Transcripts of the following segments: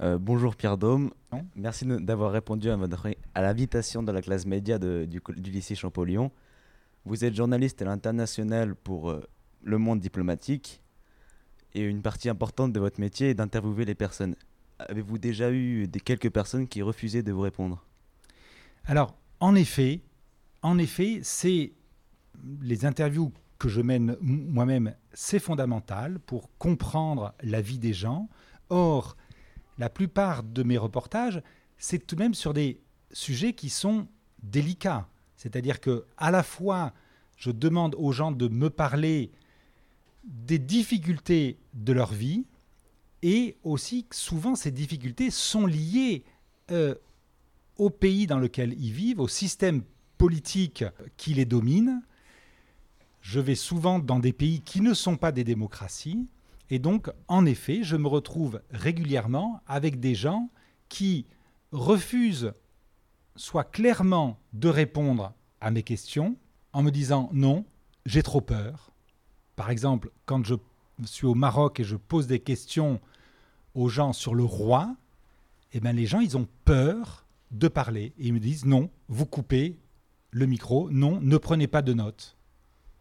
Bonjour Pierre Dôme, Non. merci d'avoir répondu à l'invitation de la classe média du lycée Champollion. Vous êtes journaliste à l'international pour Le Monde diplomatique et une partie importante de votre métier est d'interviewer les personnes. Avez-vous déjà eu quelques personnes qui refusaient de vous répondre? Alors, en effet, c'est les interviews que je mène moi-même, c'est fondamental pour comprendre la vie des gens. Or, la plupart de mes reportages, c'est tout de même sur des sujets qui sont délicats. C'est-à-dire que, à la fois, je demande aux gens de me parler des difficultés de leur vie et aussi, souvent, ces difficultés sont liées euh, au pays dans lequel ils vivent, au système politique qui les domine. Je vais souvent dans des pays qui ne sont pas des démocraties. Et donc, en effet, je me retrouve régulièrement avec des gens qui refusent soit clairement de répondre à mes questions en me disant non, j'ai trop peur. Par exemple, quand je suis au Maroc et je pose des questions aux gens sur le roi, eh bien, les gens, ils ont peur de parler. Et ils me disent non, vous coupez le micro, non, ne prenez pas de notes. D'accord ?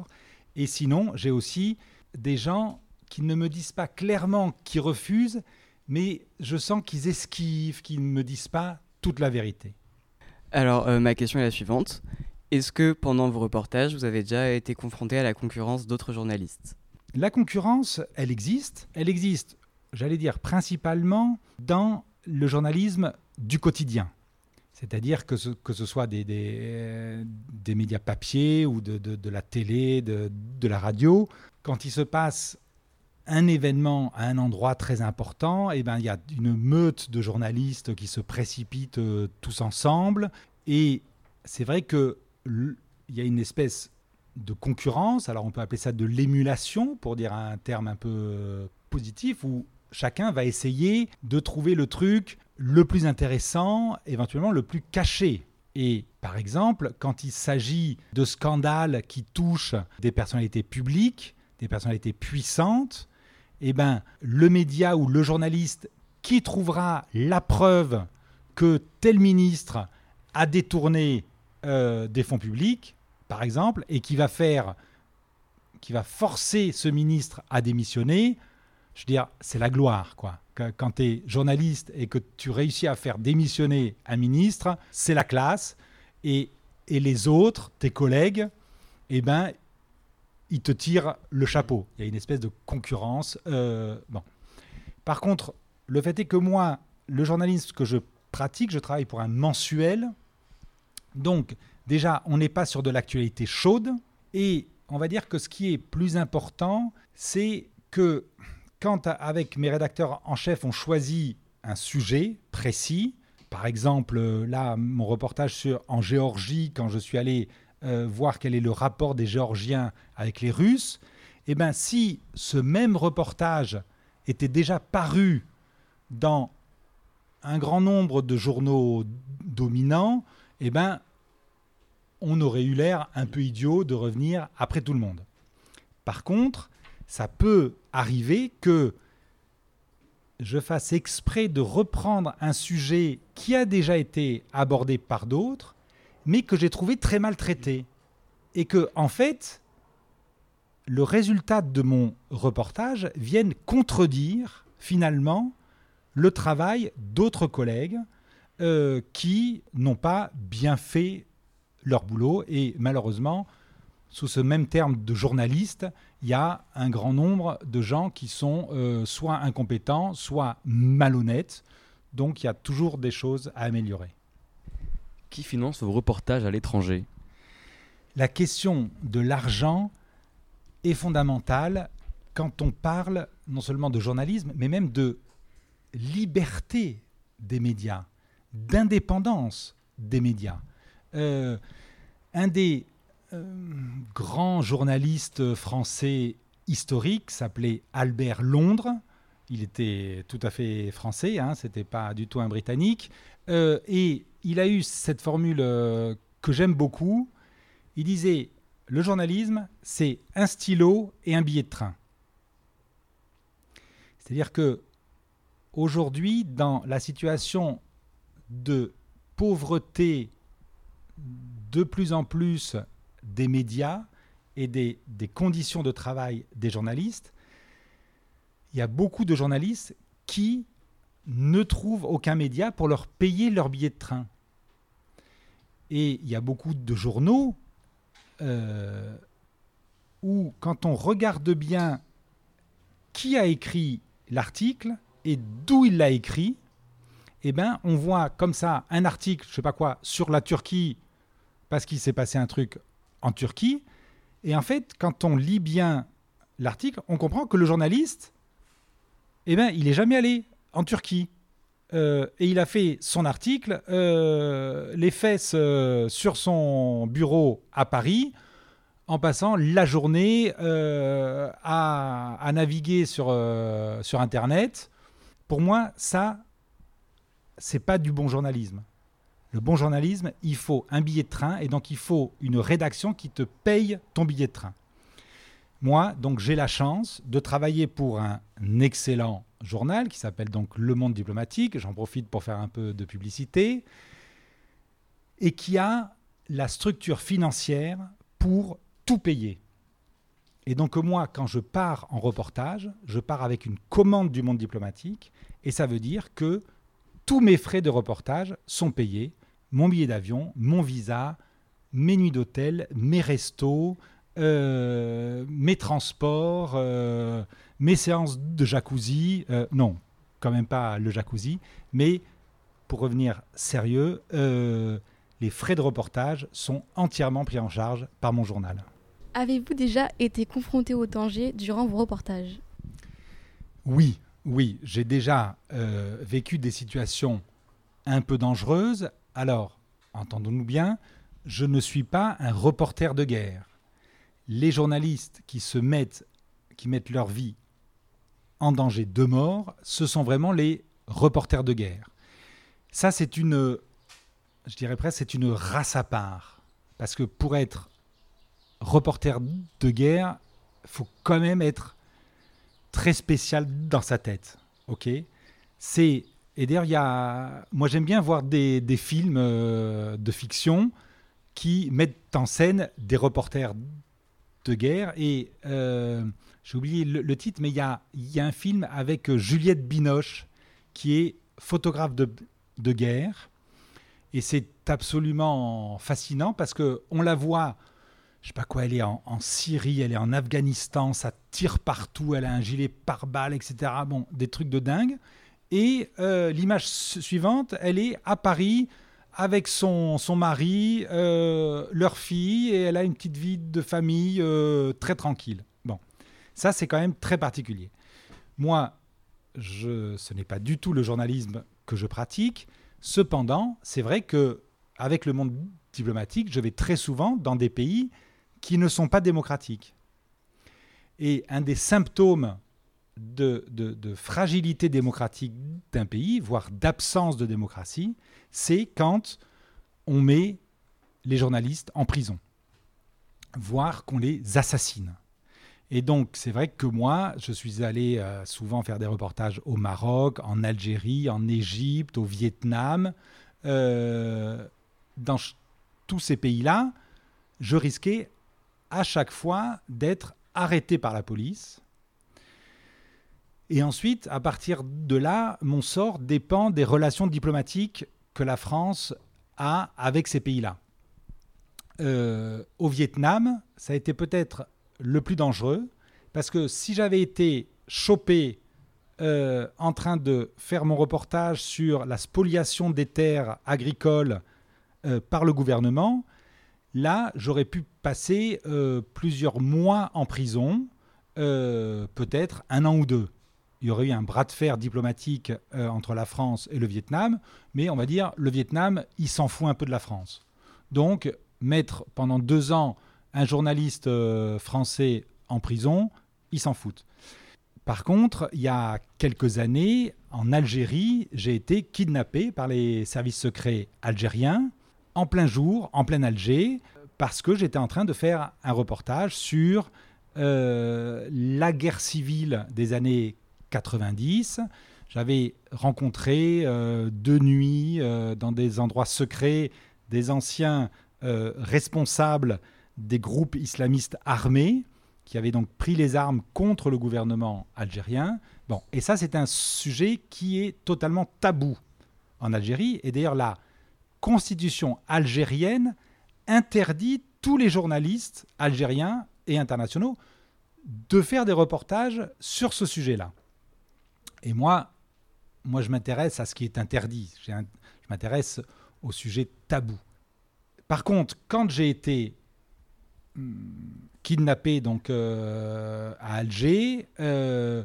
Et sinon, j'ai aussi des gens qui ne me disent pas clairement qu'ils refusent, mais je sens qu'ils esquivent, qu'ils ne me disent pas toute la vérité. Alors, ma question est la suivante. Est-ce que pendant vos reportages, vous avez déjà été confronté à la concurrence d'autres journalistes ? La concurrence, elle existe. Elle existe, j'allais dire, principalement dans le journalisme du quotidien. C'est-à-dire que ce soit des médias papier ou de la télé, de la radio, quand il se passe un événement à un endroit très important, eh ben, il y a une meute de journalistes qui se précipitent tous ensemble. Et c'est vrai qu'il y a une espèce de concurrence, alors on peut appeler ça de l'émulation, pour dire un terme un peu positif, où chacun va essayer de trouver le truc le plus intéressant, éventuellement le plus caché. Et par exemple, quand il s'agit de scandales qui touchent des personnalités publiques, des personnalités puissantes, eh ben, le média ou le journaliste qui trouvera la preuve que tel ministre a détourné des fonds publics, par exemple, et qui va forcer ce ministre à démissionner, je veux dire, c'est la gloire, quoi. Quand tu es journaliste et que tu réussis à faire démissionner un ministre, c'est la classe. Et les autres, tes collègues, eh ben, ils te tirent le chapeau. Il y a une espèce de concurrence. Bon. Par contre, le fait est que moi, le journalisme que je pratique, je travaille pour un mensuel. Donc, déjà, on n'est pas sur de l'actualité chaude. Et on va dire que ce qui est plus important, c'est que quand, avec mes rédacteurs en chef, on choisit un sujet précis, par exemple, là, mon reportage en Géorgie, quand je suis allé voir quel est le rapport des Géorgiens avec les Russes, eh bien, si ce même reportage était déjà paru dans un grand nombre de journaux dominants, eh ben, on aurait eu l'air un peu idiot de revenir après tout le monde. Par contre, ça peut arriver que je fasse exprès de reprendre un sujet qui a déjà été abordé par d'autres, mais que j'ai trouvé très mal traité. Et que, en fait, le résultat de mon reportage vienne contredire, finalement, le travail d'autres collègues qui n'ont pas bien fait leur boulot. Et malheureusement, sous ce même terme de journaliste, il y a un grand nombre de gens qui sont soit incompétents, soit malhonnêtes. Donc il y a toujours des choses à améliorer. Qui finance vos reportages à l'étranger ? La question de l'argent est fondamentale quand on parle non seulement de journalisme, mais même de liberté des médias, d'indépendance des médias. Un des grand journaliste français historique s'appelait Albert Londres. Il était tout à fait français, hein, c'était pas du tout un Britannique. Et il a eu cette formule que j'aime beaucoup. Il disait, le journalisme, c'est un stylo et un billet de train. C'est-à-dire que aujourd'hui, dans la situation de pauvreté de plus en plus des médias et des conditions de travail des journalistes, il y a beaucoup de journalistes qui ne trouvent aucun média pour leur payer leur billet de train. Et il y a beaucoup de journaux où, quand on regarde bien qui a écrit l'article et d'où il l'a écrit, eh ben, on voit comme ça un article, je sais pas quoi, sur la Turquie, parce qu'il s'est passé un truc en Turquie. Et en fait, quand on lit bien l'article, on comprend que le journaliste, eh ben, il n'est jamais allé en Turquie. Et il a fait son article, les fesses sur son bureau à Paris, en passant la journée à naviguer sur Internet. Pour moi, ça, c'est pas du bon journalisme. Le bon journalisme, il faut un billet de train et donc il faut une rédaction qui te paye ton billet de train. Moi, donc, j'ai la chance de travailler pour un excellent journal qui s'appelle donc Le Monde Diplomatique. J'en profite pour faire un peu de publicité et qui a la structure financière pour tout payer. Et donc moi, quand je pars en reportage, je pars avec une commande du Monde Diplomatique et ça veut dire que tous mes frais de reportage sont payés, mon billet d'avion, mon visa, mes nuits d'hôtel, mes restos, mes transports, mes séances de jacuzzi. Non, quand même pas le jacuzzi, mais pour revenir sérieux, les frais de reportage sont entièrement pris en charge par mon journal. Avez-vous déjà été confronté au danger durant vos reportages ? Oui, j'ai déjà vécu des situations un peu dangereuses. Alors, entendons-nous bien, je ne suis pas un reporter de guerre. Les journalistes qui mettent leur vie en danger de mort, ce sont vraiment les reporters de guerre. Ça, c'est je dirais presque, c'est une race à part. Parce que pour être reporter de guerre, il faut quand même être très spécial dans sa tête. Ok ? Et d'ailleurs, moi j'aime bien voir des films de fiction qui mettent en scène des reporters de guerre. Et j'ai oublié le titre, mais il y a un film avec Juliette Binoche qui est photographe de guerre. Et c'est absolument fascinant parce qu'on la voit, je ne sais pas quoi, elle est en Syrie, elle est en Afghanistan, ça tire partout, elle a un gilet pare-balles, etc. Bon, des trucs de dingue. Et l'image suivante, elle est à Paris avec son mari, leur fille, et elle a une petite vie de famille très tranquille. Bon, ça c'est quand même très particulier. Moi, ce n'est pas du tout le journalisme que je pratique. Cependant, c'est vrai qu'avec le monde diplomatique, je vais très souvent dans des pays qui ne sont pas démocratiques. Et un des symptômes de fragilité démocratique d'un pays, voire d'absence de démocratie, c'est quand on met les journalistes en prison, voire qu'on les assassine. Et donc, c'est vrai que moi, je suis allé souvent faire des reportages au Maroc, en Algérie, en Égypte, au Vietnam. Dans tous ces pays-là, je risquais à chaque fois d'être arrêté par la police. Et ensuite, à partir de là, mon sort dépend des relations diplomatiques que la France a avec ces pays-là. Au Vietnam, ça a été peut-être le plus dangereux, parce que si j'avais été chopé en train de faire mon reportage sur la spoliation des terres agricoles par le gouvernement, là, j'aurais pu passer plusieurs mois en prison, peut-être 1 an ou 2. Il y aurait eu un bras de fer diplomatique entre la France et le Vietnam, mais on va dire, le Vietnam, il s'en fout un peu de la France. Donc, mettre pendant 2 ans un journaliste français en prison, ils s'en foutent. Par contre, il y a quelques années, en Algérie, j'ai été kidnappé par les services secrets algériens, en plein jour, en plein Alger, parce que j'étais en train de faire un reportage sur la guerre civile des années 90. J'avais rencontré de nuit, dans des endroits secrets, des anciens responsables des groupes islamistes armés qui avaient donc pris les armes contre le gouvernement algérien. Bon, et ça, c'est un sujet qui est totalement tabou en Algérie. Et d'ailleurs, la constitution algérienne interdit tous les journalistes algériens et internationaux de faire des reportages sur ce sujet-là. Et moi, je m'intéresse à ce qui est interdit. Je m'intéresse au sujet tabou. Par contre, quand j'ai été kidnappé donc, à Alger, je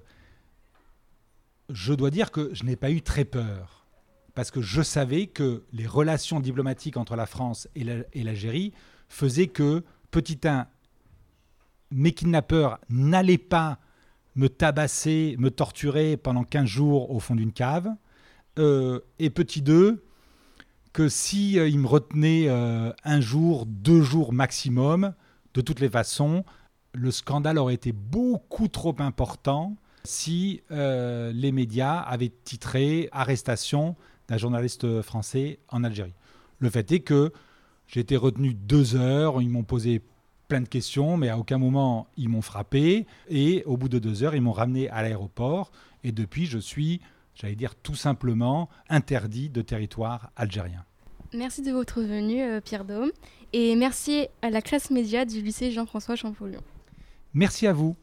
dois dire que je n'ai pas eu très peur. Parce que je savais que les relations diplomatiques entre la France et l'Algérie faisaient que, petit 1, mes kidnappeurs n'allaient pas me tabasser, me torturer pendant 15 jours au fond d'une cave. Et petit 2, que si ils me retenaient un jour, 2 jours maximum, de toutes les façons, le scandale aurait été beaucoup trop important si les médias avaient titré « Arrestation d'un journaliste français en Algérie ». Le fait est que j'ai été retenu 2 heures, ils m'ont posé plein de questions, mais à aucun moment ils m'ont frappé. Et au bout de 2 heures, ils m'ont ramené à l'aéroport. Et depuis, je suis, j'allais dire tout simplement, interdit de territoire algérien. Merci de votre venue, Pierre Daume. Et merci à la classe média du lycée Jean-François Champollion. Merci à vous.